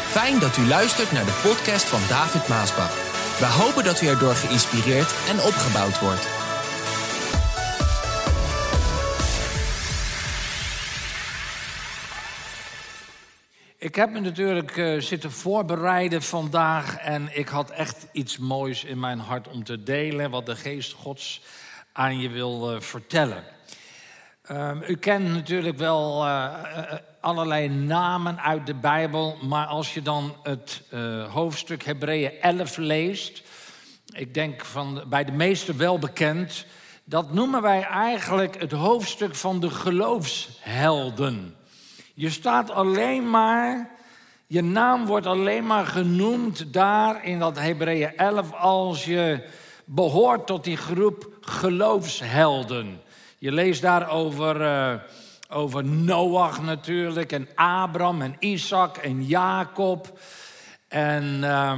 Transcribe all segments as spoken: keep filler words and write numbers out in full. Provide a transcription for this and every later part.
Fijn dat u luistert naar de podcast van David Maasbach. We hopen dat u erdoor geïnspireerd en opgebouwd wordt. Ik heb me natuurlijk uh, zitten voorbereiden vandaag en ik had echt iets moois in mijn hart om te delen, wat de Geest Gods aan je wil uh, vertellen. Uh, u kent natuurlijk wel uh, uh, allerlei namen uit de Bijbel, maar als je dan het uh, hoofdstuk Hebreeën elf leest, ik denk van bij de meesten wel bekend, dat noemen wij eigenlijk het hoofdstuk van de geloofshelden. Je staat alleen maar, je naam wordt alleen maar genoemd daar in dat Hebreeën elf als je behoort tot die groep geloofshelden. Je leest daar over, uh, over Noach natuurlijk en Abraham en Isaac en Jacob en uh,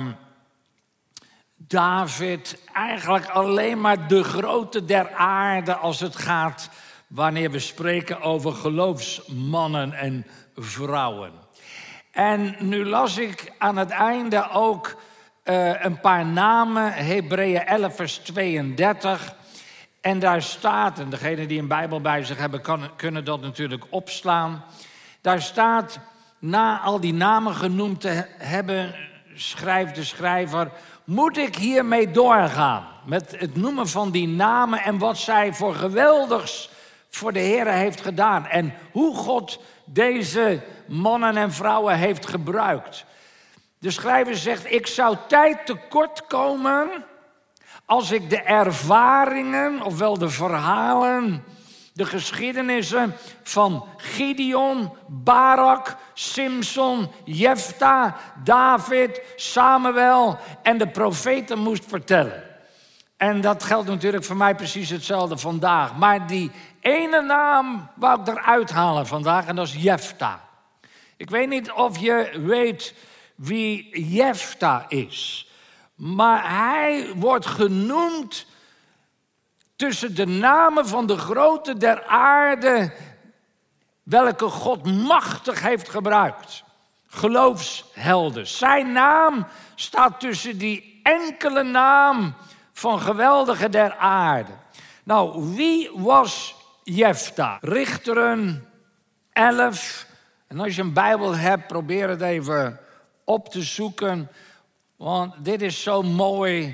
David. Eigenlijk alleen maar de grote der aarde als het gaat wanneer we spreken over geloofsmannen en vrouwen. En nu las ik aan het einde ook uh, een paar namen, Hebreeën elf vers tweeëndertig. En daar staat, en degenen die een Bijbel bij zich hebben kan, kunnen dat natuurlijk opslaan. Daar staat, na al die namen genoemd te hebben, schrijft de schrijver, moet ik hiermee doorgaan met het noemen van die namen en wat zij voor geweldigs voor de Heer heeft gedaan. En hoe God deze mannen en vrouwen heeft gebruikt. De schrijver zegt, ik zou tijd tekort komen als ik de ervaringen, ofwel de verhalen, de geschiedenissen van Gideon, Barak, Simson, Jefta, David, Samuel en de profeten moest vertellen. En dat geldt natuurlijk voor mij precies hetzelfde vandaag. Maar die ene naam wou ik eruit halen vandaag en dat is Jefta. Ik weet niet of je weet wie Jefta is. Maar hij wordt genoemd tussen de namen van de grote der aarde, welke God machtig heeft gebruikt. Geloofshelden. Zijn naam staat tussen die enkele naam van geweldige der aarde. Nou, wie was Jefta? Richteren elf. En als je een Bijbel hebt, probeer het even op te zoeken. Want dit is zo mooi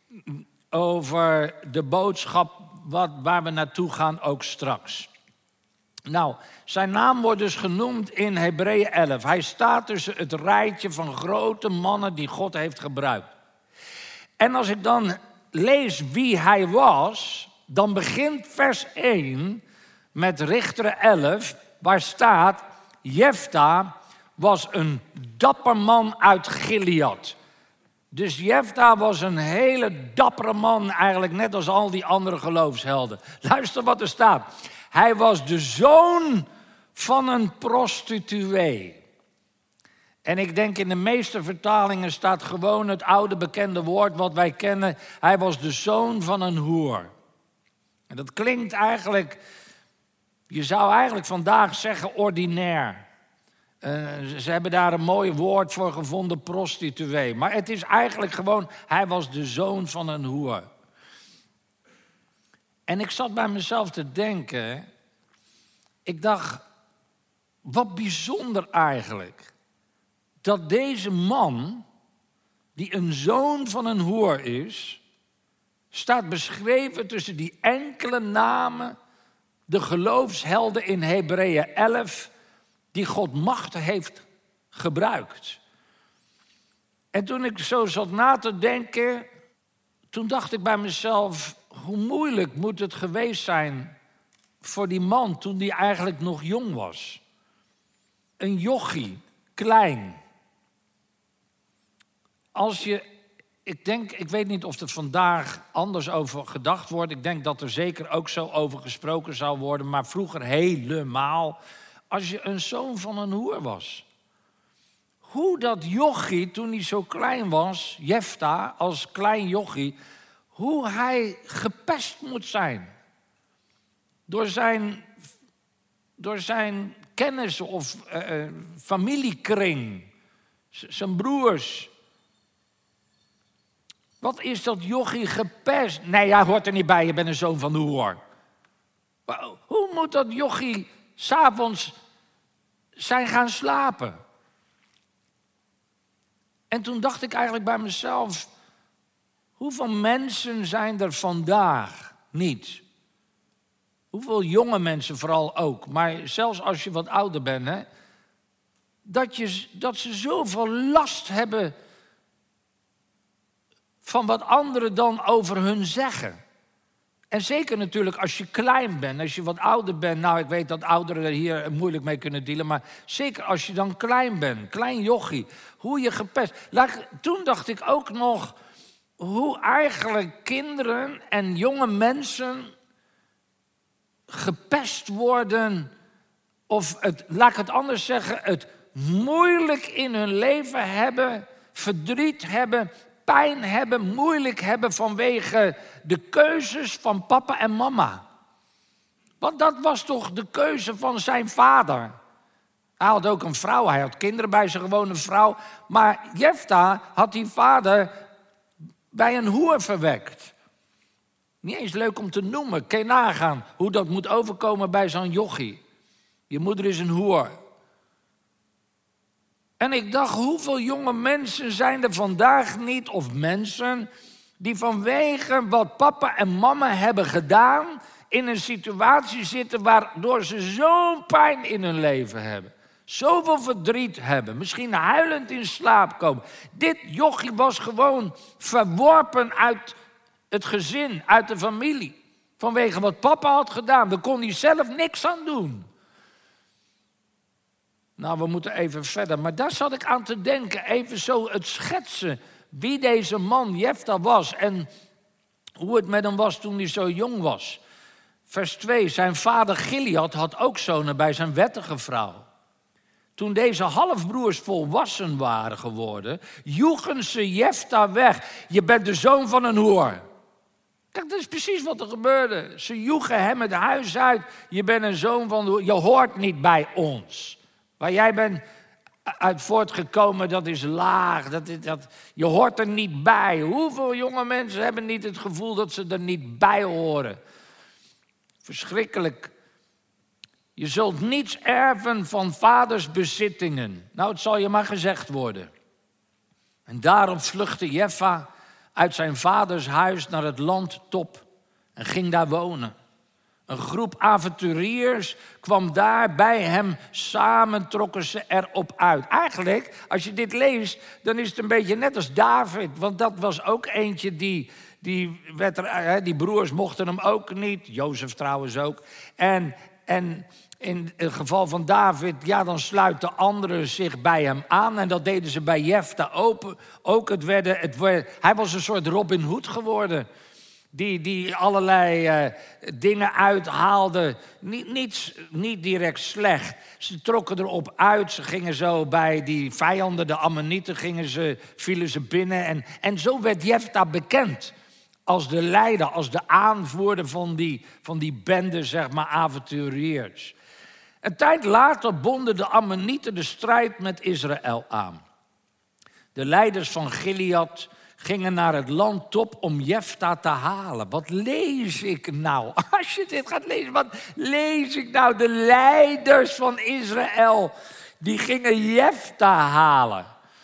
over de boodschap wat, waar we naartoe gaan ook straks. Nou, zijn naam wordt dus genoemd in Hebreeën elf. Hij staat tussen het rijtje van grote mannen die God heeft gebruikt. En als ik dan lees wie hij was, dan begint vers één met Richteren elf, waar staat, Jefta was een dapper man uit Gilead. Dus Jefta was een hele dappere man, eigenlijk net als al die andere geloofshelden. Luister wat er staat. Hij was de zoon van een prostituee. En ik denk in de meeste vertalingen staat gewoon het oude bekende woord wat wij kennen. Hij was de zoon van een hoer. En dat klinkt eigenlijk, je zou eigenlijk vandaag zeggen ordinair. Uh, ze hebben daar een mooi woord voor gevonden, prostituee. Maar het is eigenlijk gewoon, hij was de zoon van een hoer. En ik zat bij mezelf te denken, ik dacht, wat bijzonder eigenlijk. Dat deze man, die een zoon van een hoer is, staat beschreven tussen die enkele namen, de geloofshelden in Hebreeën elf, die God machtig heeft gebruikt. En toen ik zo zat na te denken, toen dacht ik bij mezelf, hoe moeilijk moet het geweest zijn voor die man toen die eigenlijk nog jong was. Een jochie, klein. Als je, ik denk, ik weet niet of er vandaag anders over gedacht wordt. Ik denk dat er zeker ook zo over gesproken zou worden, maar vroeger helemaal. Als je een zoon van een hoer was. Hoe dat jochie, toen hij zo klein was, Jefta, als klein jochie, hoe hij gepest moet zijn. Door zijn, door zijn kennis of uh, familiekring. Z- zijn broers. Wat is dat jochie gepest? Nee, jij hoort er niet bij, je bent een zoon van de hoer. Maar hoe moet dat jochie 's avonds zijn gaan slapen? En toen dacht ik eigenlijk bij mezelf, hoeveel mensen zijn er vandaag niet? Hoeveel jonge mensen vooral ook, maar zelfs als je wat ouder bent, hè, dat, je, dat ze zoveel last hebben van wat anderen dan over hun zeggen. En zeker natuurlijk als je klein bent, als je wat ouder bent. Nou, ik weet dat ouderen er hier moeilijk mee kunnen dealen, maar zeker als je dan klein bent, klein jochie, hoe je gepest. Laat, toen dacht ik ook nog hoe eigenlijk kinderen en jonge mensen gepest worden, of het, laat ik het anders zeggen, het moeilijk in hun leven hebben, verdriet hebben, pijn hebben, moeilijk hebben vanwege de keuzes van papa en mama. Want dat was toch de keuze van zijn vader. Hij had ook een vrouw, hij had kinderen bij zijn gewone vrouw. Maar Jefta had die vader bij een hoer verwekt. Niet eens leuk om te noemen. Kun je nagaan hoe dat moet overkomen bij zo'n jochie. Je moeder is een hoer. En ik dacht, hoeveel jonge mensen zijn er vandaag niet, of mensen die vanwege wat papa en mama hebben gedaan, in een situatie zitten waardoor ze zo'n pijn in hun leven hebben. Zoveel verdriet hebben, misschien huilend in slaap komen. Dit jochie was gewoon verworpen uit het gezin, uit de familie. Vanwege wat papa had gedaan, daar kon hij zelf niks aan doen. Nou, we moeten even verder, maar daar zat ik aan te denken. Even zo het schetsen wie deze man Jefta was en hoe het met hem was toen hij zo jong was. Vers twee, zijn vader Gilead had ook zonen bij zijn wettige vrouw. Toen deze halfbroers volwassen waren geworden, joegen ze Jefta weg. Je bent de zoon van een hoer. Kijk, dat is precies wat er gebeurde. Ze joegen hem het huis uit. Je bent een zoon van de hoer. Je hoort niet bij ons. Waar jij bent uit voortgekomen, dat is laag. Dat, dat, je hoort er niet bij. Hoeveel jonge mensen hebben niet het gevoel dat ze er niet bij horen? Verschrikkelijk. Je zult niets erven van vaders bezittingen. Nou, het zal je maar gezegd worden. En daarop vluchtte Jefta uit zijn vaders huis naar het land Top en ging daar wonen. Een groep avonturiers kwam daar bij hem, samen trokken ze erop uit. Eigenlijk, als je dit leest, dan is het een beetje net als David. Want dat was ook eentje die, die, werd er, die broers mochten hem ook niet. Jozef trouwens ook. En, en in het geval van David, ja, dan sluiten anderen zich bij hem aan. En dat deden ze bij Jefta open. Ook het werden, het werd, hij was een soort Robin Hood geworden. Die, die allerlei uh, dingen uithaalde. Niet, niet, niet direct slecht. Ze trokken erop uit. Ze gingen zo bij die vijanden, de Ammonieten, gingen ze, vielen ze binnen. En, en zo werd Jefta bekend. Als de leider, als de aanvoerder van die, van die bende, zeg maar, avonturiers. Een tijd later bonden de Ammonieten de strijd met Israël aan. De leiders van Gilead gingen naar het land Top om Jefta te halen. Wat lees ik nou? Als je dit gaat lezen, wat lees ik nou? De leiders van Israël, die gingen Jefta halen.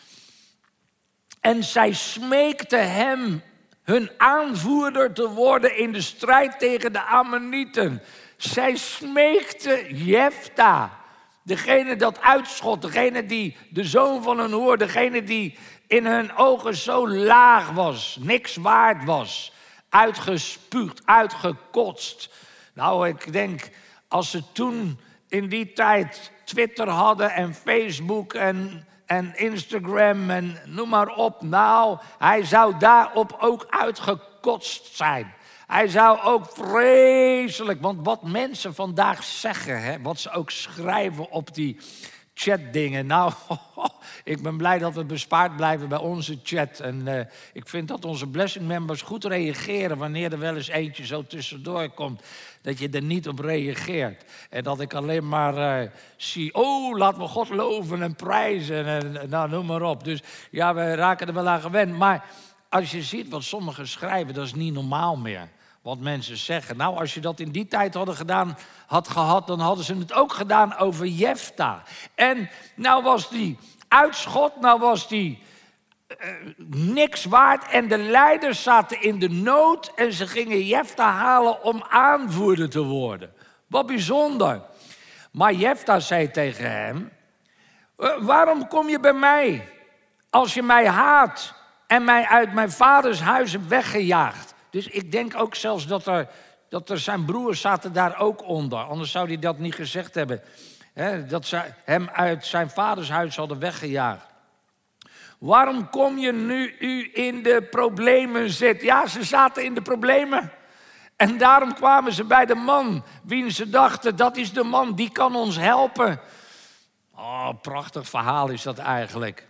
En zij smeekten hem hun aanvoerder te worden in de strijd tegen de Ammonieten. Zij smeekten Jefta, degene dat uitschot, degene die de zoon van een hoer, degene die in hun ogen zo laag was, niks waard was, uitgespuugd, uitgekotst. Nou, ik denk, als ze toen in die tijd Twitter hadden en Facebook en, en Instagram en noem maar op. Nou, hij zou daarop ook uitgekotst zijn. Hij zou ook vreselijk, want wat mensen vandaag zeggen, hè, wat ze ook schrijven op die chatdingen. Nou, ik ben blij dat we bespaard blijven bij onze chat. En uh, ik vind dat onze blessing members goed reageren wanneer er wel eens eentje zo tussendoor komt. Dat je er niet op reageert. En dat ik alleen maar uh, zie, oh, laten we God loven en prijzen. En, en nou, noem maar op. Dus ja, we raken er wel aan gewend. Maar als je ziet wat sommigen schrijven, dat is niet normaal meer. Wat mensen zeggen. Nou, als je dat in die tijd hadden gedaan, had gehad, dan hadden ze het ook gedaan over Jefta. En nou was die uitschot, nou was die uh, niks waard. En de leiders zaten in de nood en ze gingen Jefta halen om aanvoerder te worden. Wat bijzonder. Maar Jefta zei tegen hem, uh, waarom kom je bij mij als je mij haat en mij uit mijn vaders huis hebt weggejaagd? Dus ik denk ook zelfs dat er, dat er zijn broers zaten daar ook onder. Anders zou hij dat niet gezegd hebben. He, dat ze hem uit zijn vaders huis hadden weggejaagd. Waarom kom je nu u in de problemen zitten? Ja, ze zaten in de problemen. En daarom kwamen ze bij de man. Wien ze dachten, dat is de man, die kan ons helpen. Oh, prachtig verhaal is dat eigenlijk.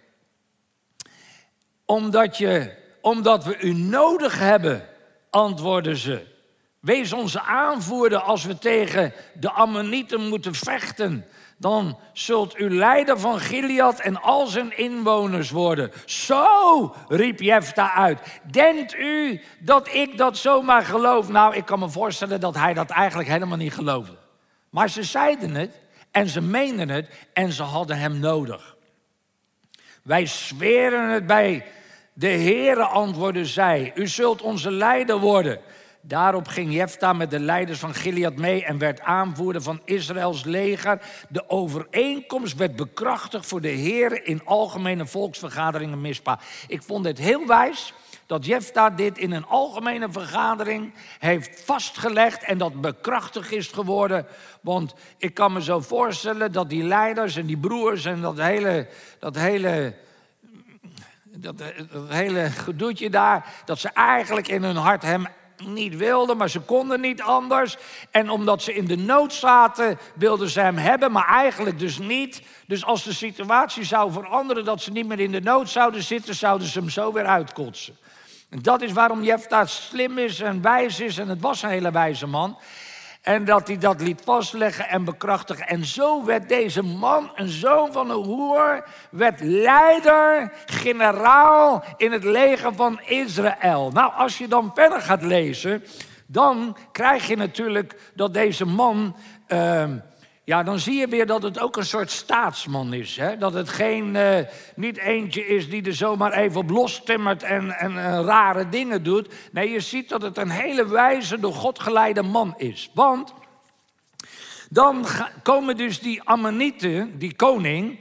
Omdat, je, omdat we u nodig hebben, antwoordden ze. Wees onze aanvoerder als we tegen de Ammonieten moeten vechten. Dan zult u leider van Gilead en al zijn inwoners worden. Zo, riep Jefta uit. Denkt u dat ik dat zomaar geloof? Nou, ik kan me voorstellen dat hij dat eigenlijk helemaal niet geloofde. Maar ze zeiden het en ze meenden het en ze hadden hem nodig. Wij zweren het bij de Heere, antwoordde zij. U zult onze leider worden. Daarop ging Jefta met de leiders van Gilead mee en werd aanvoerder van Israëls leger. De overeenkomst werd bekrachtigd voor de Heere in algemene volksvergaderingen Mispa. Ik vond het heel wijs dat Jefta dit in een algemene vergadering heeft vastgelegd en dat bekrachtigd is geworden. Want ik kan me zo voorstellen dat die leiders en die broers en dat hele, dat hele, dat, dat hele gedoetje daar, dat ze eigenlijk in hun hart hem niet wilden, maar ze konden niet anders. En omdat ze in de nood zaten, wilden ze hem hebben, maar eigenlijk dus niet. Dus als de situatie zou veranderen, dat ze niet meer in de nood zouden zitten, zouden ze hem zo weer uitkotsen. En dat is waarom Jefta slim is en wijs is, en het was een hele wijze man. En dat hij dat liet vastleggen en bekrachtigen. En zo werd deze man, een zoon van een hoer, werd leider, generaal in het leger van Israël. Nou, als je dan verder gaat lezen, dan krijg je natuurlijk dat deze man, Uh, ja, dan zie je weer dat het ook een soort staatsman is. Hè? Dat het geen, uh, niet eentje is die er zomaar even op lostimmert en, en uh, rare dingen doet. Nee, je ziet dat het een hele wijze, door God geleide man is. Want dan ga, komen dus die Ammonieten, die koning,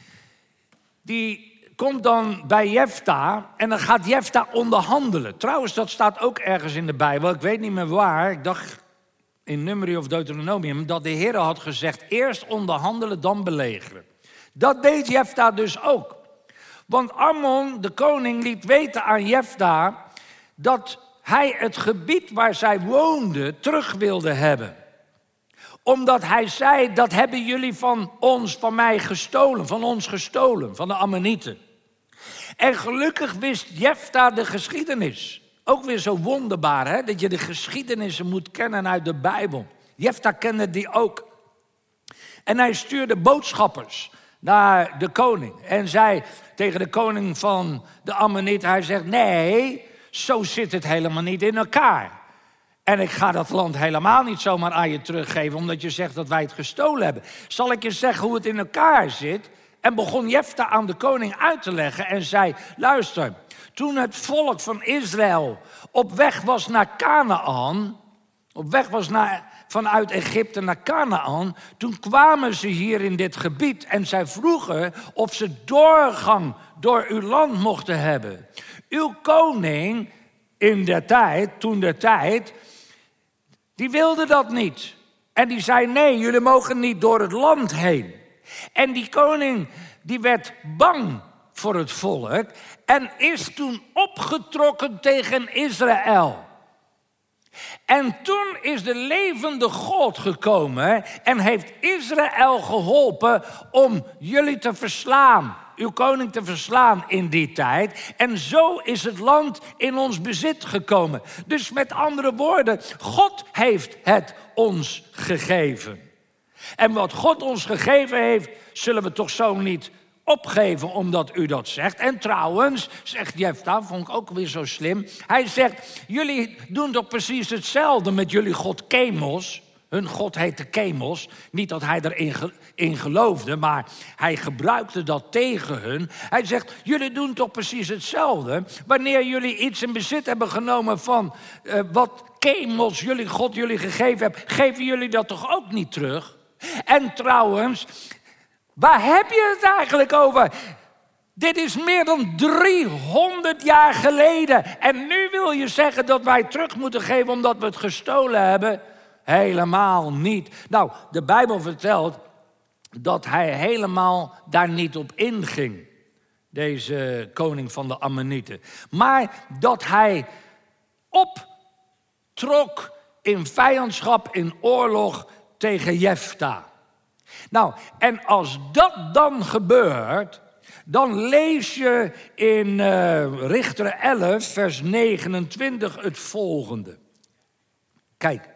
die komt dan bij Jefta en dan gaat Jefta onderhandelen. Trouwens, dat staat ook ergens in de Bijbel, ik weet niet meer waar. Ik dacht in Numeri of Deuteronomium, dat de Heer had gezegd, eerst onderhandelen, dan belegeren. Dat deed Jefta dus ook. Want Ammon, de koning, liet weten aan Jefta dat hij het gebied waar zij woonden terug wilde hebben. Omdat hij zei, dat hebben jullie van ons, van mij gestolen, van ons gestolen, van de Ammonieten. En gelukkig wist Jefta de geschiedenis. Ook weer zo wonderbaar, hè? Dat je de geschiedenissen moet kennen uit de Bijbel. Jefta kende die ook. En hij stuurde boodschappers naar de koning. En zei tegen de koning van de Ammonieten, hij zegt, nee, zo zit het helemaal niet in elkaar. En ik ga dat land helemaal niet zomaar aan je teruggeven, omdat je zegt dat wij het gestolen hebben. Zal ik je zeggen hoe het in elkaar zit? En begon Jefta aan de koning uit te leggen en zei, luister, toen het volk van Israël op weg was naar Kanaan, op weg was naar, vanuit Egypte naar Kanaan, toen kwamen ze hier in dit gebied en zij vroegen of ze doorgang door uw land mochten hebben. Uw koning in de tijd, toen de tijd, die wilde dat niet. En die zei, nee, jullie mogen niet door het land heen. En die koning, die werd bang voor het volk en is toen opgetrokken tegen Israël. En toen is de levende God gekomen en heeft Israël geholpen om jullie te verslaan. Uw koning te verslaan in die tijd. En zo is het land in ons bezit gekomen. Dus met andere woorden, God heeft het ons gegeven. En wat God ons gegeven heeft, zullen we toch zo niet opgeven omdat u dat zegt. En trouwens, zegt Jefta, vond ik ook weer zo slim. Hij zegt, jullie doen toch precies hetzelfde met jullie god Chemos. Hun god heette Chemos. Niet dat hij erin ge- in geloofde, maar hij gebruikte dat tegen hun. Hij zegt, jullie doen toch precies hetzelfde. Wanneer jullie iets in bezit hebben genomen van uh, wat Chemos, jullie god, jullie gegeven hebben, geven jullie dat toch ook niet terug? En trouwens, waar heb je het eigenlijk over? Dit is meer dan driehonderd jaar geleden. En nu wil je zeggen dat wij terug moeten geven omdat we het gestolen hebben? Helemaal niet. Nou, de Bijbel vertelt dat hij helemaal daar niet op inging. Deze koning van de Ammonieten. Maar dat hij optrok in vijandschap, in oorlog tegen Jefta. Nou, en als dat dan gebeurt, dan lees je in uh, Richteren elf, vers negenentwintig het volgende. Kijk,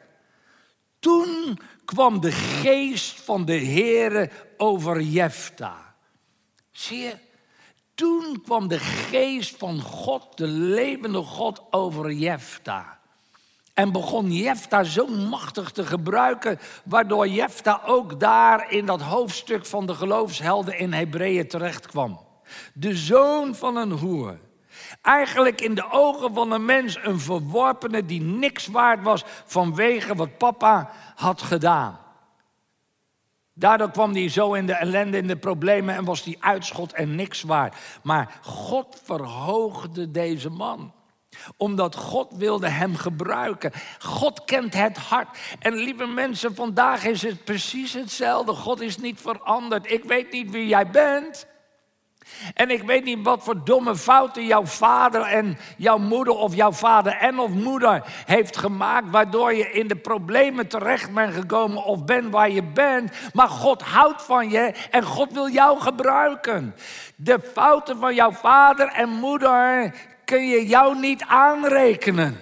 toen kwam de geest van de Heere over Jefta. Zie je? Toen kwam de geest van God, de levende God, over Jefta. En begon Jefta zo machtig te gebruiken, waardoor Jefta ook daar in dat hoofdstuk van de geloofshelden in Hebreeën terecht kwam. De zoon van een hoer. Eigenlijk in de ogen van een mens een verworpene die niks waard was vanwege wat papa had gedaan. Daardoor kwam hij zo in de ellende, in de problemen en was hij uitschot en niks waard. Maar God verhoogde deze man. Omdat God wilde hem gebruiken. God kent het hart. En lieve mensen, vandaag is het precies hetzelfde. God is niet veranderd. Ik weet niet wie jij bent. En ik weet niet wat voor domme fouten jouw vader en jouw moeder of jouw vader en of moeder heeft gemaakt, waardoor je in de problemen terecht bent gekomen of bent waar je bent. Maar God houdt van je en God wil jou gebruiken. De fouten van jouw vader en moeder kun je jou niet aanrekenen.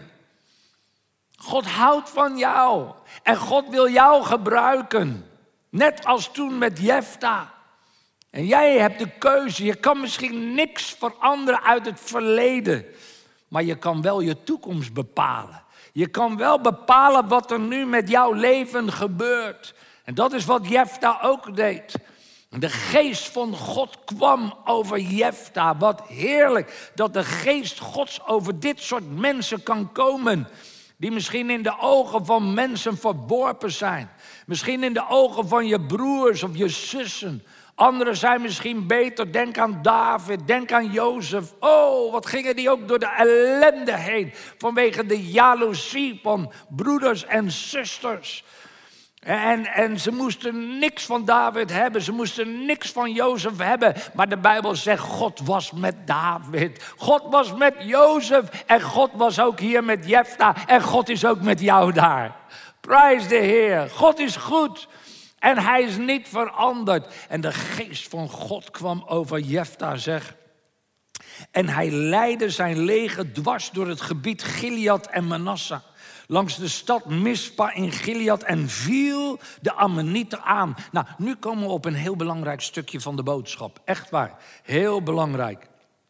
God houdt van jou en God wil jou gebruiken. Net als toen met Jefta. En jij hebt de keuze. Je kan misschien niks veranderen uit het verleden. Maar je kan wel je toekomst bepalen. Je kan wel bepalen wat er nu met jouw leven gebeurt. En dat is wat Jefta ook deed. De geest van God kwam over Jefta. Wat heerlijk dat de geest Gods over dit soort mensen kan komen. Die misschien in de ogen van mensen verworpen zijn. Misschien in de ogen van je broers of je zussen. Anderen zijn misschien beter. Denk aan David, denk aan Jozef. Oh, wat gingen die ook door de ellende heen. Vanwege de jaloezie van broeders en zusters. En, en ze moesten niks van David hebben. Ze moesten niks van Jozef hebben. Maar de Bijbel zegt, God was met David. God was met Jozef. En God was ook hier met Jefta. En God is ook met jou daar. Prijs de Heer. God is goed. En hij is niet veranderd. En de geest van God kwam over Jefta, zeg. En hij leidde zijn leger dwars door het gebied Gilead en Manasseh. Langs de stad Mispa in Gilead en viel de Ammonieten aan. Nou, nu komen we op een heel belangrijk stukje van de boodschap. Echt waar, heel belangrijk.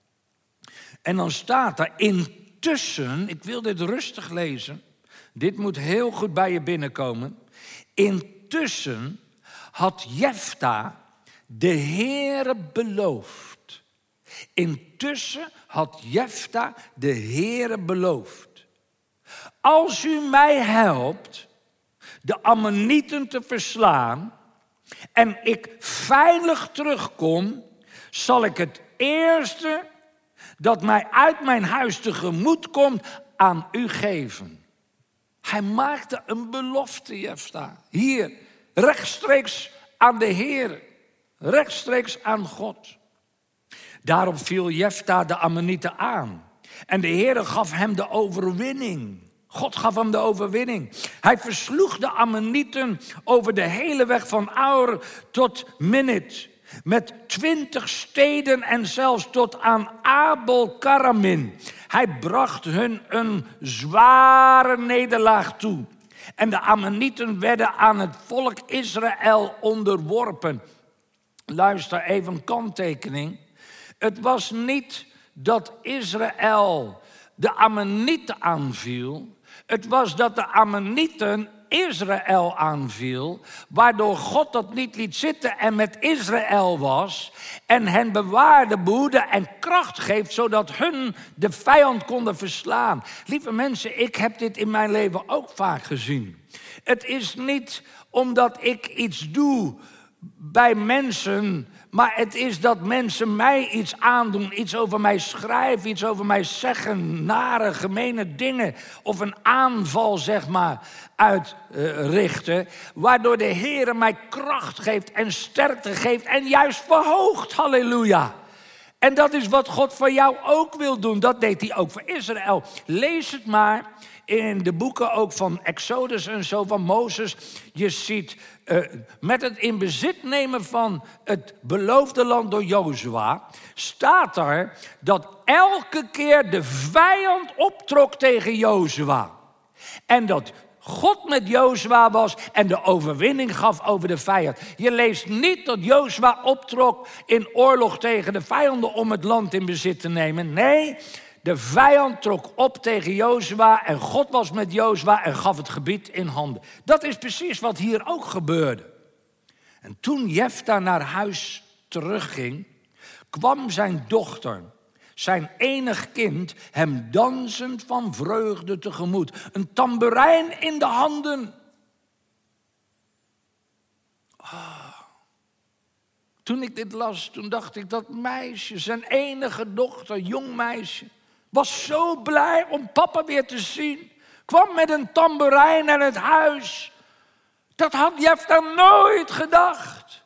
En dan staat er intussen, ik wil dit rustig lezen. Dit moet heel goed bij je binnenkomen. Intussen had Jefta de Heere beloofd. Intussen had Jefta de Heere beloofd. Als u mij helpt de Ammonieten te verslaan en ik veilig terugkom, zal ik het eerste dat mij uit mijn huis tegemoet komt aan u geven. Hij maakte een belofte, Jefta. Hier, rechtstreeks aan de Heer, rechtstreeks aan God. Daarop viel Jefta de Ammonieten aan. En de Heer gaf hem de overwinning. God gaf hem de overwinning. Hij versloeg de Ammonieten over de hele weg van Aur tot Minit. Met twintig steden en zelfs tot aan Abel-Karamin. Hij bracht hun een zware nederlaag toe. En de Ammonieten werden aan het volk Israël onderworpen. Luister even een kanttekening. Het was niet dat Israël de Ammonieten aanviel. Het was dat de Ammonieten Israël aanviel, waardoor God dat niet liet zitten en met Israël was en hen bewaarde, behoedde en kracht geeft, zodat hun de vijand konden verslaan. Lieve mensen, ik heb dit in mijn leven ook vaak gezien. Het is niet omdat ik iets doe bij mensen, maar het is dat mensen mij iets aandoen, iets over mij schrijven, iets over mij zeggen, nare, gemene dingen, of een aanval, zeg maar, uitrichten, waardoor de Heer mij kracht geeft en sterkte geeft en juist verhoogt, halleluja. En dat is wat God voor jou ook wil doen, dat deed hij ook voor Israël. Lees het maar in de boeken ook van Exodus en zo, van Mozes. Je ziet uh, met het in bezit nemen van het beloofde land door Jozua, staat er dat elke keer de vijand optrok tegen Jozua. En dat God met Jozua was en de overwinning gaf over de vijand. Je leest niet dat Jozua optrok in oorlog tegen de vijanden om het land in bezit te nemen. Nee, de vijand trok op tegen Jozua en God was met Jozua en gaf het gebied in handen. Dat is precies wat hier ook gebeurde. En toen Jefta naar huis terugging, kwam zijn dochter, zijn enig kind, hem dansend van vreugde tegemoet. Een tamboerijn in de handen. Oh. Toen ik dit las, toen dacht ik, dat meisje, zijn enige dochter, jong meisje, was zo blij om papa weer te zien. Kwam met een tamboerijn naar het huis. Dat had Jefta nooit gedacht.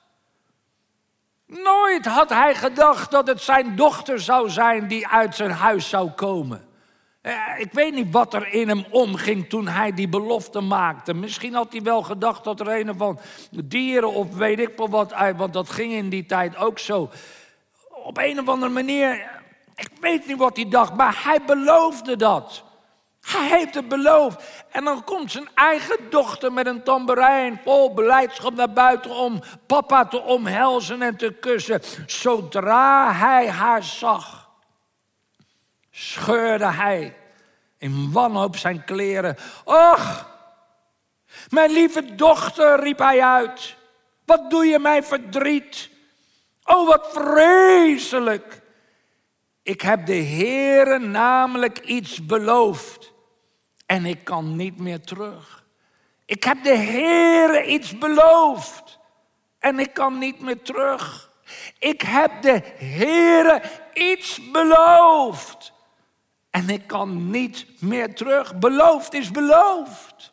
Nooit had hij gedacht dat het zijn dochter zou zijn die uit zijn huis zou komen. Ik weet niet wat er in hem omging toen hij die belofte maakte. Misschien had hij wel gedacht dat er een van dieren of weet ik wel wat uit, want dat ging in die tijd ook zo. Op een of andere manier, ik weet niet wat hij dacht, maar hij beloofde dat. Hij heeft het beloofd. En dan komt zijn eigen dochter met een tamboerijn vol blijdschap naar buiten om papa te omhelzen en te kussen. Zodra hij haar zag, scheurde hij in wanhoop zijn kleren. Och, mijn lieve dochter, riep hij uit. Wat doe je mij verdriet? Oh, wat vreselijk. Ik heb de Heere namelijk iets beloofd. En ik kan niet meer terug. Ik heb de Heere iets beloofd. En ik kan niet meer terug. Ik heb de Heere iets beloofd. En ik kan niet meer terug. Beloofd is beloofd.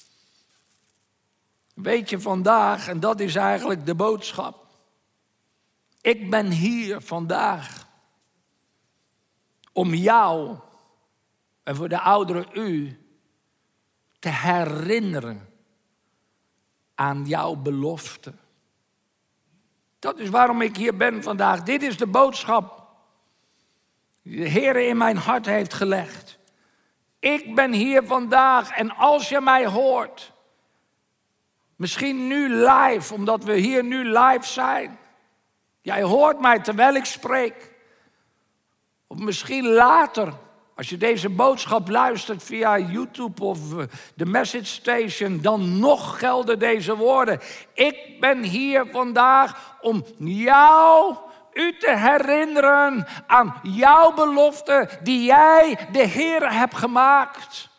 Weet je vandaag, en dat is eigenlijk de boodschap. Ik ben hier vandaag om jou en voor de ouderen u te herinneren aan jouw belofte. Dat is waarom ik hier ben vandaag. Dit is de boodschap die de Heer in mijn hart heeft gelegd. Ik ben hier vandaag en als je mij hoort, misschien nu live, omdat we hier nu live zijn. Jij hoort mij terwijl ik spreek. Of misschien later, als je deze boodschap luistert via YouTube of de Message Station, dan nog gelden deze woorden. Ik ben hier vandaag om jou, u te herinneren aan jouw belofte die jij de Heer hebt gemaakt.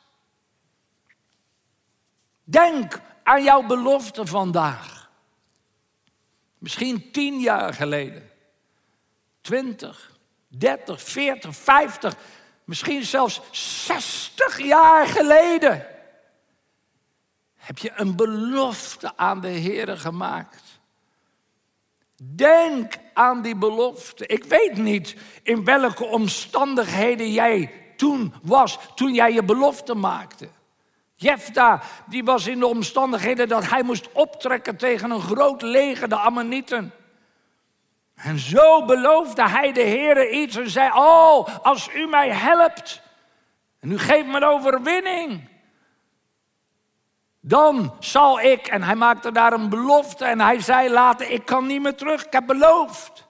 Denk aan jouw belofte vandaag. Misschien tien jaar geleden. Twintig, dertig, veertig, vijftig, misschien zelfs zestig jaar geleden. Heb je een belofte aan de Heer gemaakt. Denk aan die belofte. Ik weet niet in welke omstandigheden jij toen was, toen jij je belofte maakte. Jefta, die was in de omstandigheden dat hij moest optrekken tegen een groot leger, de Ammonieten. En zo beloofde hij de Heere iets en zei, oh, als u mij helpt en u geeft me een overwinning, dan zal ik, en hij maakte daar een belofte en hij zei later, ik kan niet meer terug, ik heb beloofd.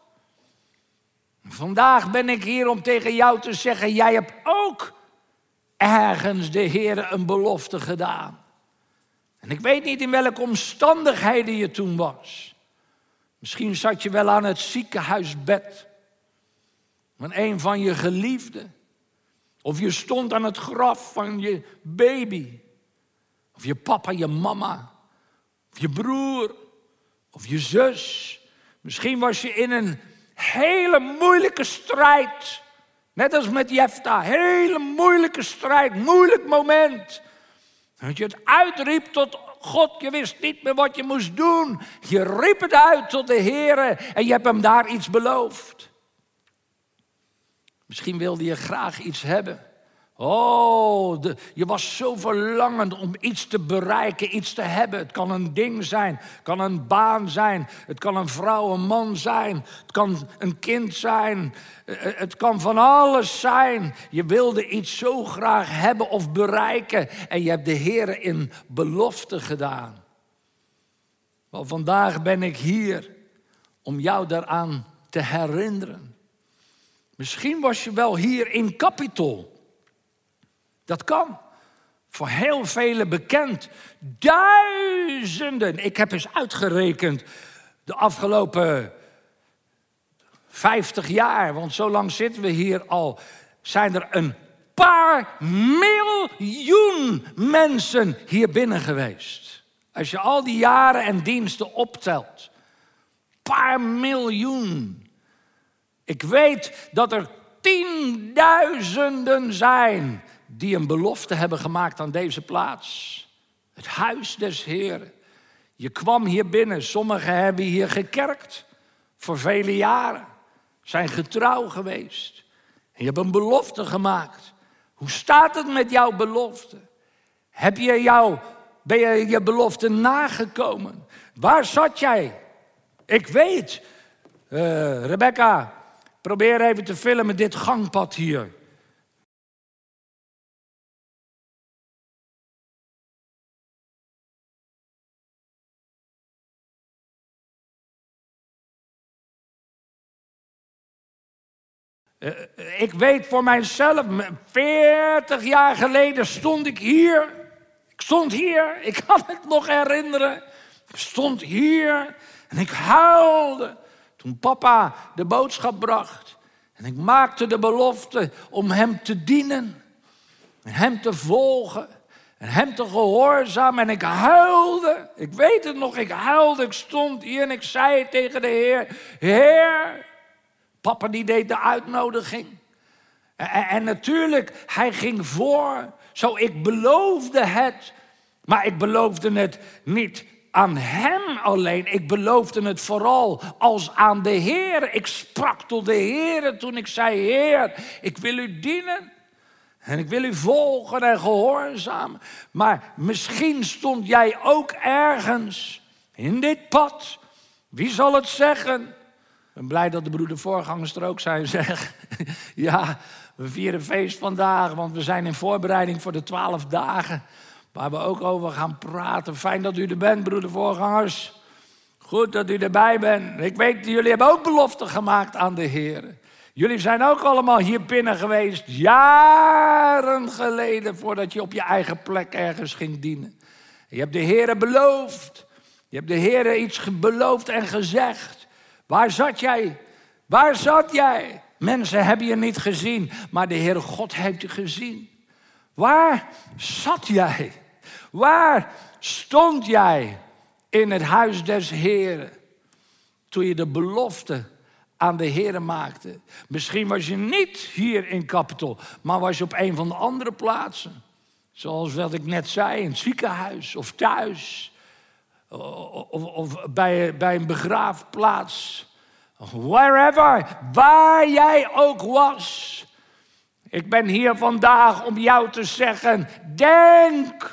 Vandaag ben ik hier om tegen jou te zeggen, jij hebt ook ergens de Heere een belofte gedaan. En ik weet niet in welke omstandigheden je toen was. Misschien zat je wel aan het ziekenhuisbed van een van je geliefden. Of je stond aan het graf van je baby. Of je papa, je mama. Of je broer. Of je zus. Misschien was je in een hele moeilijke strijd. Net als met Jefta. Hele moeilijke strijd. Moeilijk moment. Dat je het uitriep tot God. Je wist niet meer wat je moest doen. Je riep het uit tot de Heere. En je hebt hem daar iets beloofd. Misschien wilde je graag iets hebben. Oh, de, je was zo verlangend om iets te bereiken, iets te hebben. Het kan een ding zijn, het kan een baan zijn, het kan een vrouw, een man zijn, het kan een kind zijn, het kan van alles zijn. Je wilde iets zo graag hebben of bereiken en je hebt de Heere in belofte gedaan. Maar vandaag ben ik hier om jou daaraan te herinneren. Misschien was je wel hier in Capitol. Dat kan. Voor heel velen bekend. Duizenden. Ik heb eens uitgerekend. De afgelopen vijftig jaar. Want zo lang zitten we hier al. Zijn er een paar miljoen mensen hier binnen geweest. Als je al die jaren en diensten optelt. Paar miljoen. Ik weet dat er tienduizenden zijn die een belofte hebben gemaakt aan deze plaats. Het huis des Heeren. Je kwam hier binnen. Sommigen hebben hier gekerkt. Voor vele jaren. Zijn getrouw geweest. En je hebt een belofte gemaakt. Hoe staat het met jouw belofte? Heb je jouw, ben je je belofte nagekomen? Waar zat jij? Ik weet. Uh, Rebecca, probeer even te filmen dit gangpad hier. Uh, ik weet voor mijzelf, veertig jaar geleden stond ik hier. Ik stond hier, ik kan het nog herinneren. Ik stond hier en ik huilde toen papa de boodschap bracht. En ik maakte de belofte om hem te dienen. En hem te volgen. En hem te gehoorzamen. En ik huilde. Ik weet het nog, ik huilde. Ik stond hier en ik zei tegen de Heer. Heer. Papa die deed de uitnodiging. En, en natuurlijk, hij ging voor. Zo, ik beloofde het. Maar ik beloofde het niet aan hem alleen. Ik beloofde het vooral als aan de Heer. Ik sprak tot de Heer toen ik zei, Heer, ik wil u dienen. En ik wil u volgen en gehoorzamen. Maar misschien stond jij ook ergens in dit pad. Wie zal het zeggen? Ik ben blij dat de broeder voorgangers er ook zijn, zeg. Ja, we vieren feest vandaag, want we zijn in voorbereiding voor de twaalf dagen. Waar we ook over gaan praten. Fijn dat u er bent, broeder voorgangers. Goed dat u erbij bent. Ik weet, jullie hebben ook beloften gemaakt aan de Heer. Jullie zijn ook allemaal hier binnen geweest. Jaren geleden, voordat je op je eigen plek ergens ging dienen. Je hebt de Heer beloofd. Je hebt de Heer iets beloofd en gezegd. Waar zat jij? Waar zat jij? Mensen hebben je niet gezien, maar de Heere God heeft je gezien. Waar zat jij? Waar stond jij in het huis des Heeren toen je de belofte aan de Heere maakte? Misschien was je niet hier in Capitol, maar was je op een van de andere plaatsen. Zoals wat ik net zei, in het ziekenhuis of thuis. Of, of bij, bij een begraafplaats. Wherever, waar jij ook was. Ik ben hier vandaag om jou te zeggen, denk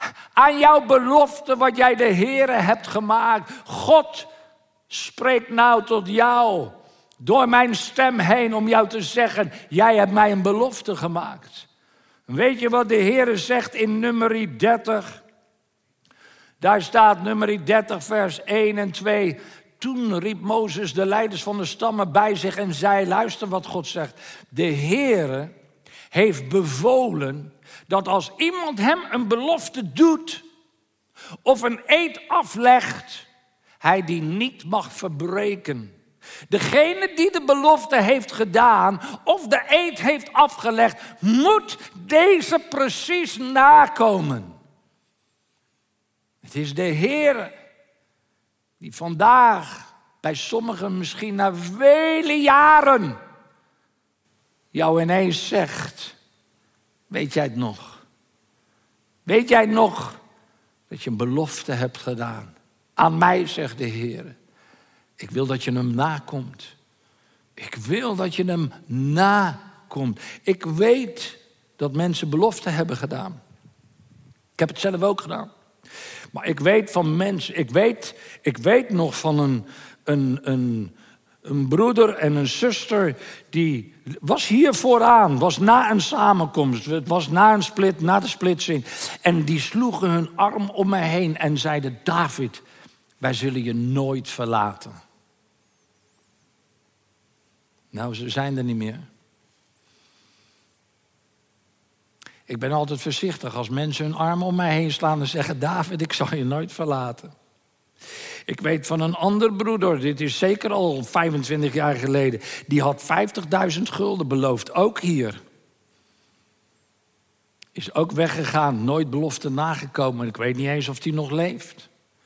Aan jouw belofte wat jij de Heere hebt gemaakt. God spreekt nou tot jou door mijn stem heen om jou te zeggen, jij hebt mij een belofte gemaakt. Weet je wat de Heere zegt in Numeri dertig? Daar staat Numeri dertig vers één en twee. Toen riep Mozes de leiders van de stammen bij zich en zei, luister wat God zegt. De Heere heeft bevolen dat als iemand hem een belofte doet of een eed aflegt, hij die niet mag verbreken. Degene die de belofte heeft gedaan of de eed heeft afgelegd, moet deze precies nakomen. Het is de Heer die vandaag bij sommigen misschien na vele jaren jou ineens zegt, weet jij het nog? Weet jij nog dat je een belofte hebt gedaan? Aan mij, zegt de Heer. Ik wil dat je hem nakomt. Ik wil dat je hem nakomt. Ik weet dat mensen beloften hebben gedaan. Ik heb het zelf ook gedaan. Maar ik weet van mensen, ik weet, ik weet nog van een, een, een, een broeder en een zuster, die was hier vooraan, was na een samenkomst, het was na een split, na de splitsing. En die sloegen hun arm om mij heen en zeiden, David, wij zullen je nooit verlaten. Nou, ze zijn er niet meer. Ik ben altijd voorzichtig als mensen hun arm om mij heen slaan en zeggen, David, ik zal je nooit verlaten. Ik weet van een ander broeder, dit is zeker al vijfentwintig jaar geleden, die had vijftigduizend gulden beloofd, ook hier. Is ook weggegaan, nooit belofte nagekomen. Ik weet niet eens of die nog leeft.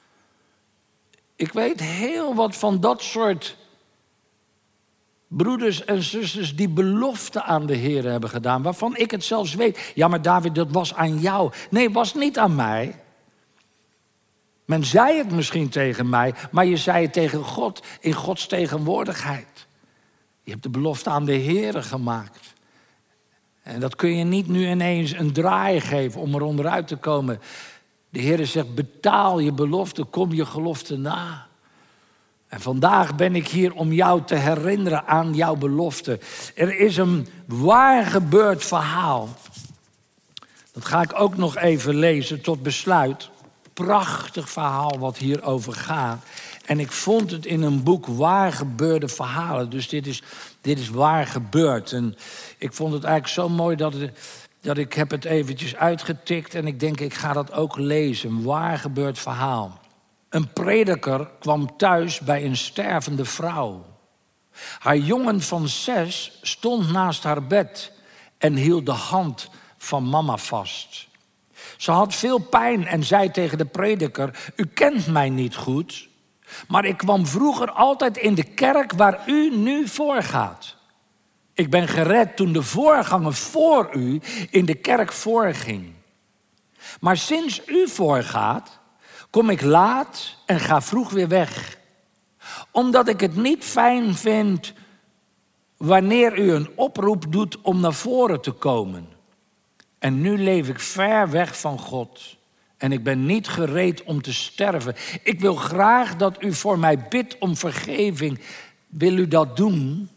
Ik weet heel wat van dat soort broeders en zusters die belofte aan de Heer hebben gedaan, waarvan ik het zelfs weet. Ja, maar David, dat was aan jou. Nee, het was niet aan mij. Men zei het misschien tegen mij, maar je zei het tegen God, in Gods tegenwoordigheid. Je hebt de belofte aan de Heer gemaakt. En dat kun je niet nu ineens een draai geven om er onderuit te komen. De Heer zegt, betaal je belofte, kom je gelofte na. En vandaag ben ik hier om jou te herinneren aan jouw belofte. Er is een waar gebeurd verhaal. Dat ga ik ook nog even lezen tot besluit. Prachtig verhaal wat hierover gaat. En ik vond het in een boek waar gebeurde verhalen. Dus dit is, dit is waar gebeurd. En ik vond het eigenlijk zo mooi dat, het, dat ik heb het eventjes uitgetikt. En ik denk, ik ga dat ook lezen. Een waar gebeurd verhaal. Een prediker kwam thuis bij een stervende vrouw. Haar jongen van zes stond naast haar bed en hield de hand van mama vast. Ze had veel pijn en zei tegen de prediker, u kent mij niet goed, maar ik kwam vroeger altijd in de kerk waar u nu voorgaat. Ik ben gered toen de voorganger voor u in de kerk voorging. Maar sinds u voorgaat, kom ik laat en ga vroeg weer weg. Omdat ik het niet fijn vind wanneer u een oproep doet om naar voren te komen. En nu leef ik ver weg van God. En ik ben niet gereed om te sterven. Ik wil graag dat u voor mij bidt om vergeving. Wil u dat doen?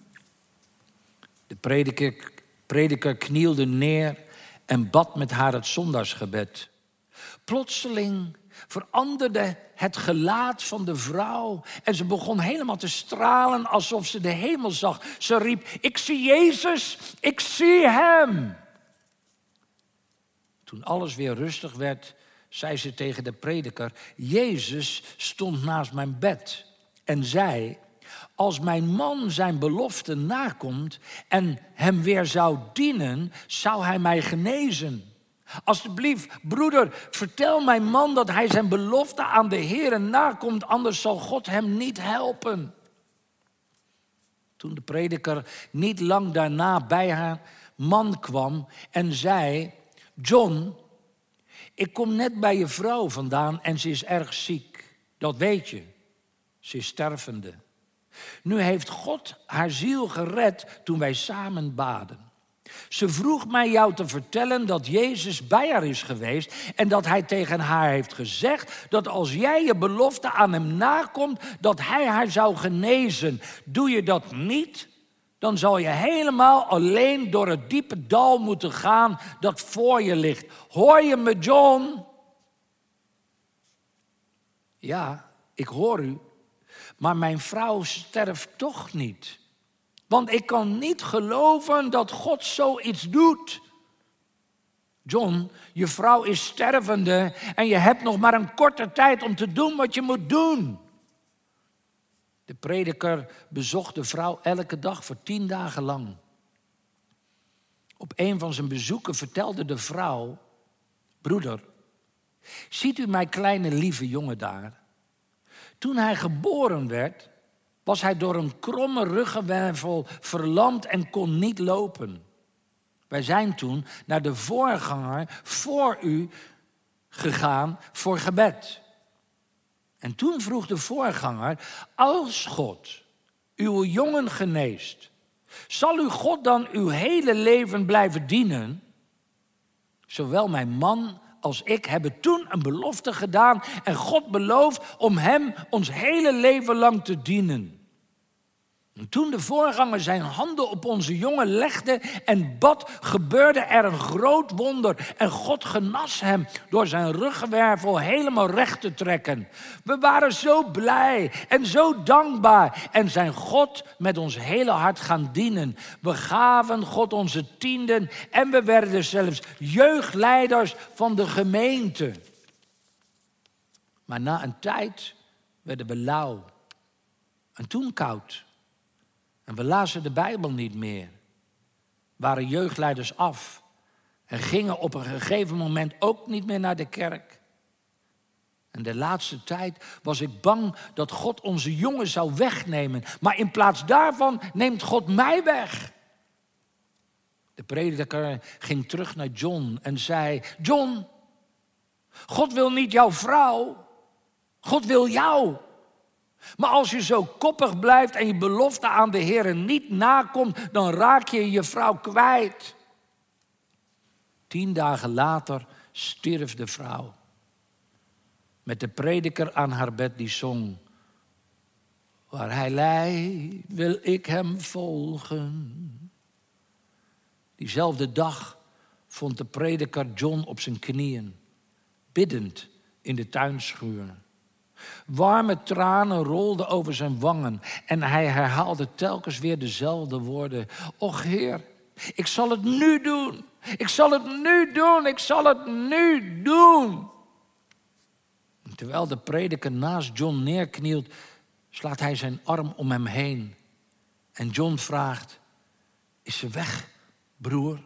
De prediker, prediker knielde neer en bad met haar het zondagsgebed. Plotseling veranderde het gelaat van de vrouw. En ze begon helemaal te stralen alsof ze de hemel zag. Ze riep, ik zie Jezus, ik zie hem. Toen alles weer rustig werd, zei ze tegen de prediker, Jezus stond naast mijn bed en zei, als mijn man zijn belofte nakomt en hem weer zou dienen, zou hij mij genezen. Alsjeblieft, broeder, vertel mijn man dat hij zijn belofte aan de Heer nakomt, anders zal God hem niet helpen. Toen de prediker niet lang daarna bij haar man kwam en zei, John, ik kom net bij je vrouw vandaan en ze is erg ziek. Dat weet je, ze is stervende. Nu heeft God haar ziel gered toen wij samen baden. Ze vroeg mij jou te vertellen dat Jezus bij haar is geweest en dat hij tegen haar heeft gezegd dat als jij je belofte aan hem nakomt, dat hij haar zou genezen. Doe je dat niet, dan zal je helemaal alleen door het diepe dal moeten gaan dat voor je ligt. Hoor je me, John? Ja, ik hoor u, maar mijn vrouw sterft toch niet. Want ik kan niet geloven dat God zoiets doet. John, je vrouw is stervende en je hebt nog maar een korte tijd om te doen wat je moet doen. De prediker bezocht de vrouw elke dag voor tien dagen lang. Op een van zijn bezoeken vertelde de vrouw: broeder, ziet u mijn kleine lieve jongen daar? Toen hij geboren werd, was hij door een kromme ruggenwervel verlamd en kon niet lopen. Wij zijn toen naar de voorganger voor u gegaan voor gebed. En toen vroeg de voorganger: als God uw jongen geneest, zal u God dan uw hele leven blijven dienen? Zowel mijn man als ik hebben toen een belofte gedaan en God beloofd om hem ons hele leven lang te dienen. En toen de voorganger zijn handen op onze jongen legde en bad, gebeurde er een groot wonder. En God genas hem door zijn ruggenwervel helemaal recht te trekken. We waren zo blij en zo dankbaar en zijn God met ons hele hart gaan dienen. We gaven God onze tienden en we werden zelfs jeugdleiders van de gemeente. Maar na een tijd werden we lauw en toen koud. En we lazen de Bijbel niet meer, waren jeugdleiders af en gingen op een gegeven moment ook niet meer naar de kerk. En de laatste tijd was ik bang dat God onze jongen zou wegnemen. Maar in plaats daarvan neemt God mij weg. De prediker ging terug naar John en zei: John, God wil niet jouw vrouw, God wil jou. Maar als je zo koppig blijft en je belofte aan de Heer niet nakomt, dan raak je je vrouw kwijt. Tien dagen later stierf de vrouw. Met de prediker aan haar bed die zong: waar hij leidt, wil ik hem volgen. Diezelfde dag vond de prediker John op zijn knieën, biddend in de tuinschuur. Warme tranen rolden over zijn wangen en hij herhaalde telkens weer dezelfde woorden: Och Heer, ik zal het nu doen. Ik zal het nu doen. Ik zal het nu doen. En terwijl de prediker naast John neerknielt, slaat hij zijn arm om hem heen. En John vraagt: Is ze weg, broer?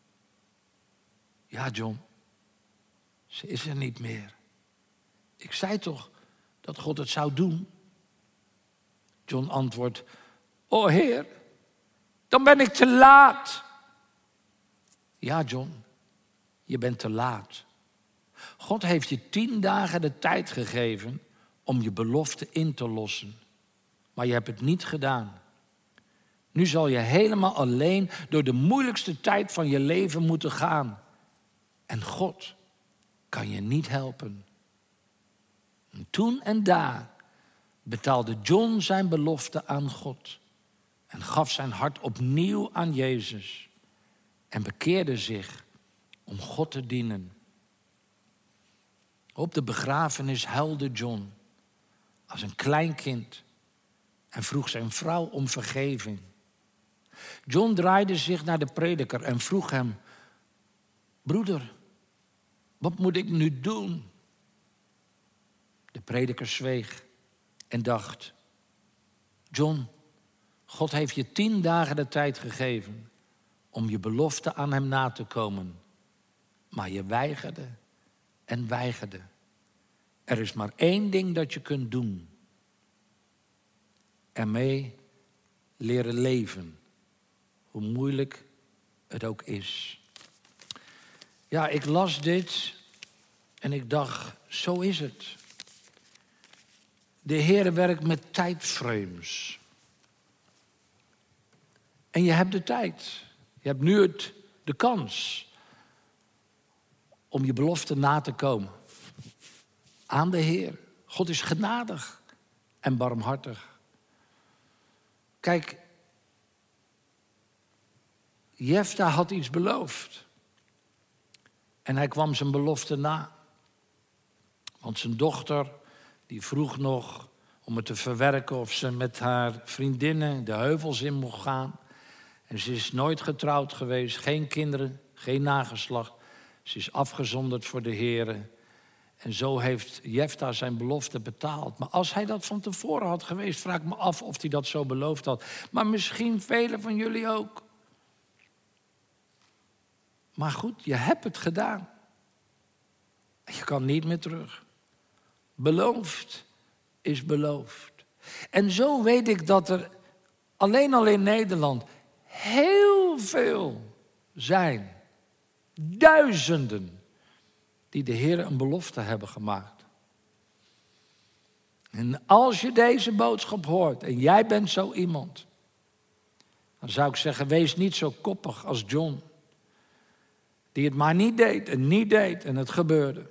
Ja, John, ze is er niet meer. Ik zei toch dat God het zou doen? John antwoordt: O Heer, dan ben ik te laat. Ja, John, je bent te laat. God heeft je tien dagen de tijd gegeven om je belofte in te lossen. Maar je hebt het niet gedaan. Nu zal je helemaal alleen door de moeilijkste tijd van je leven moeten gaan. En God kan je niet helpen. En toen en daar betaalde John zijn belofte aan God en gaf zijn hart opnieuw aan Jezus en bekeerde zich om God te dienen. Op de begrafenis huilde John als een klein kind en vroeg zijn vrouw om vergeving. John draaide zich naar de prediker en vroeg hem: Broeder, wat moet ik nu doen? De prediker zweeg en dacht: John, God heeft je tien dagen de tijd gegeven om je belofte aan hem na te komen. Maar je weigerde en weigerde. Er is maar één ding dat je kunt doen. Ermee leren leven, hoe moeilijk het ook is. Ja, ik las dit en ik dacht, zo is het. De Heer werkt met tijdframes. En je hebt de tijd. Je hebt nu het, de kans om je belofte na te komen. Aan de Heer. God is genadig en barmhartig. Kijk, Jefta had iets beloofd. En hij kwam zijn belofte na. Want zijn dochter, die vroeg nog om het te verwerken of ze met haar vriendinnen de heuvels in mocht gaan. En ze is nooit getrouwd geweest, geen kinderen, geen nageslacht. Ze is afgezonderd voor de Heere. En zo heeft Jefta zijn belofte betaald. Maar als hij dat van tevoren had geweest, vraag ik me af of hij dat zo beloofd had. Maar misschien velen van jullie ook. Maar goed, je hebt het gedaan. En je kan niet meer terug. Beloofd is beloofd. En zo weet ik dat er alleen al in Nederland heel veel zijn. Duizenden die de Heer een belofte hebben gemaakt. En als je deze boodschap hoort en jij bent zo iemand, dan zou ik zeggen, wees niet zo koppig als John. Die het maar niet deed en niet deed en het gebeurde.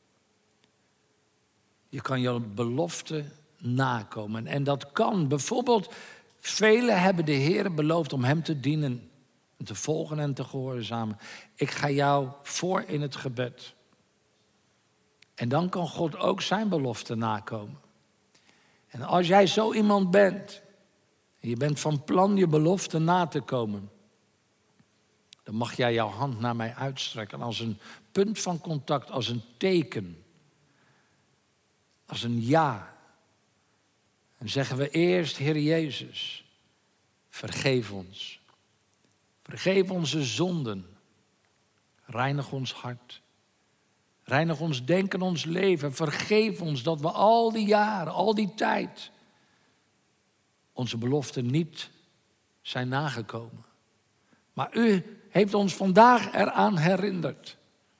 Je kan je belofte nakomen. En dat kan bijvoorbeeld, velen hebben de Heer beloofd om hem te dienen. Te volgen en te gehoorzamen. Ik ga jou voor in het gebed. En dan kan God ook zijn belofte nakomen. En als jij zo iemand bent, en je bent van plan je belofte na te komen, dan mag jij jouw hand naar mij uitstrekken als een punt van contact, als een teken. Als een ja. En zeggen we eerst, Heer Jezus, vergeef ons. Vergeef onze zonden. Reinig ons hart. Reinig ons denken, ons leven. Vergeef ons dat we al die jaren, al die tijd, onze beloften niet zijn nagekomen. Maar u heeft ons vandaag eraan herinnerd.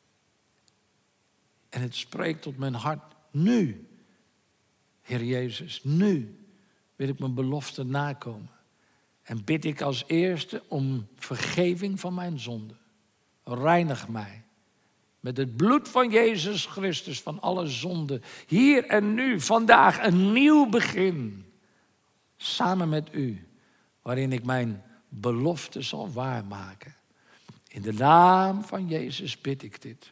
En het spreekt tot mijn hart. Nu, Heer Jezus, nu wil ik mijn belofte nakomen. En bid ik als eerste om vergeving van mijn zonde. Reinig mij met het bloed van Jezus Christus van alle zonde. Hier en nu, vandaag, een nieuw begin. Samen met u, waarin ik mijn belofte zal waarmaken. In de naam van Jezus bid ik dit.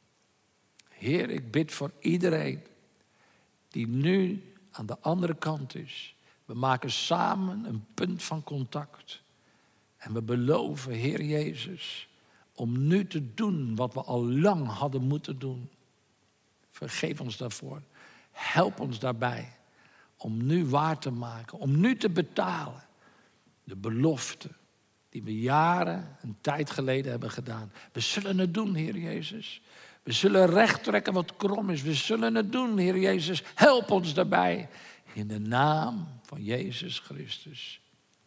Heer, ik bid voor iedereen die nu aan de andere kant is. We maken samen een punt van contact. En we beloven, Heer Jezus, om nu te doen wat we al lang hadden moeten doen. Vergeef ons daarvoor. Help ons daarbij om nu waar te maken, om nu te betalen. De belofte die we jaren, een tijd geleden hebben gedaan. We zullen het doen, Heer Jezus. We zullen recht trekken wat krom is. We zullen het doen, Heer Jezus. Help ons daarbij. In de naam van Jezus Christus.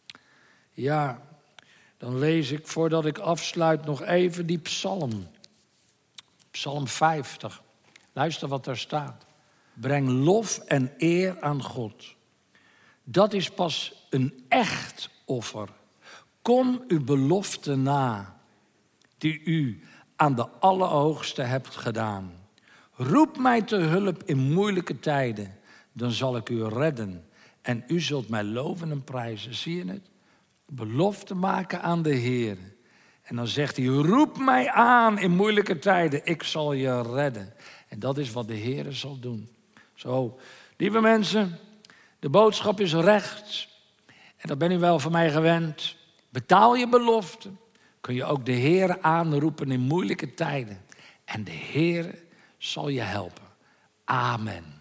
Ja, dan lees ik voordat ik afsluit nog even die psalm. Psalm vijftig. Luister wat daar staat. Breng lof en eer aan God. Dat is pas een echt offer. Kom uw belofte na, die u aan de Allerhoogste hebt gedaan. Roep mij te hulp in moeilijke tijden, dan zal ik u redden. En u zult mij loven en prijzen. Zie je het? Belofte maken aan de Heer. En dan zegt hij, roep mij aan in moeilijke tijden, ik zal je redden. En dat is wat de Heer zal doen. Zo, lieve mensen, de boodschap is recht. En dat ben u wel van mij gewend. Betaal je belofte. Kun je ook de Heer aanroepen in moeilijke tijden. En de Heer zal je helpen. Amen.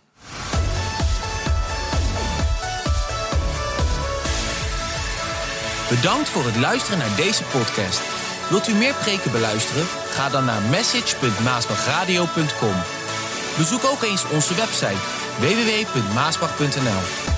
Bedankt voor het luisteren naar deze podcast. Wilt u meer preken beluisteren? Ga dan naar message punt maasbachradio punt com. Bezoek ook eens onze website w w w punt maasbach punt n l.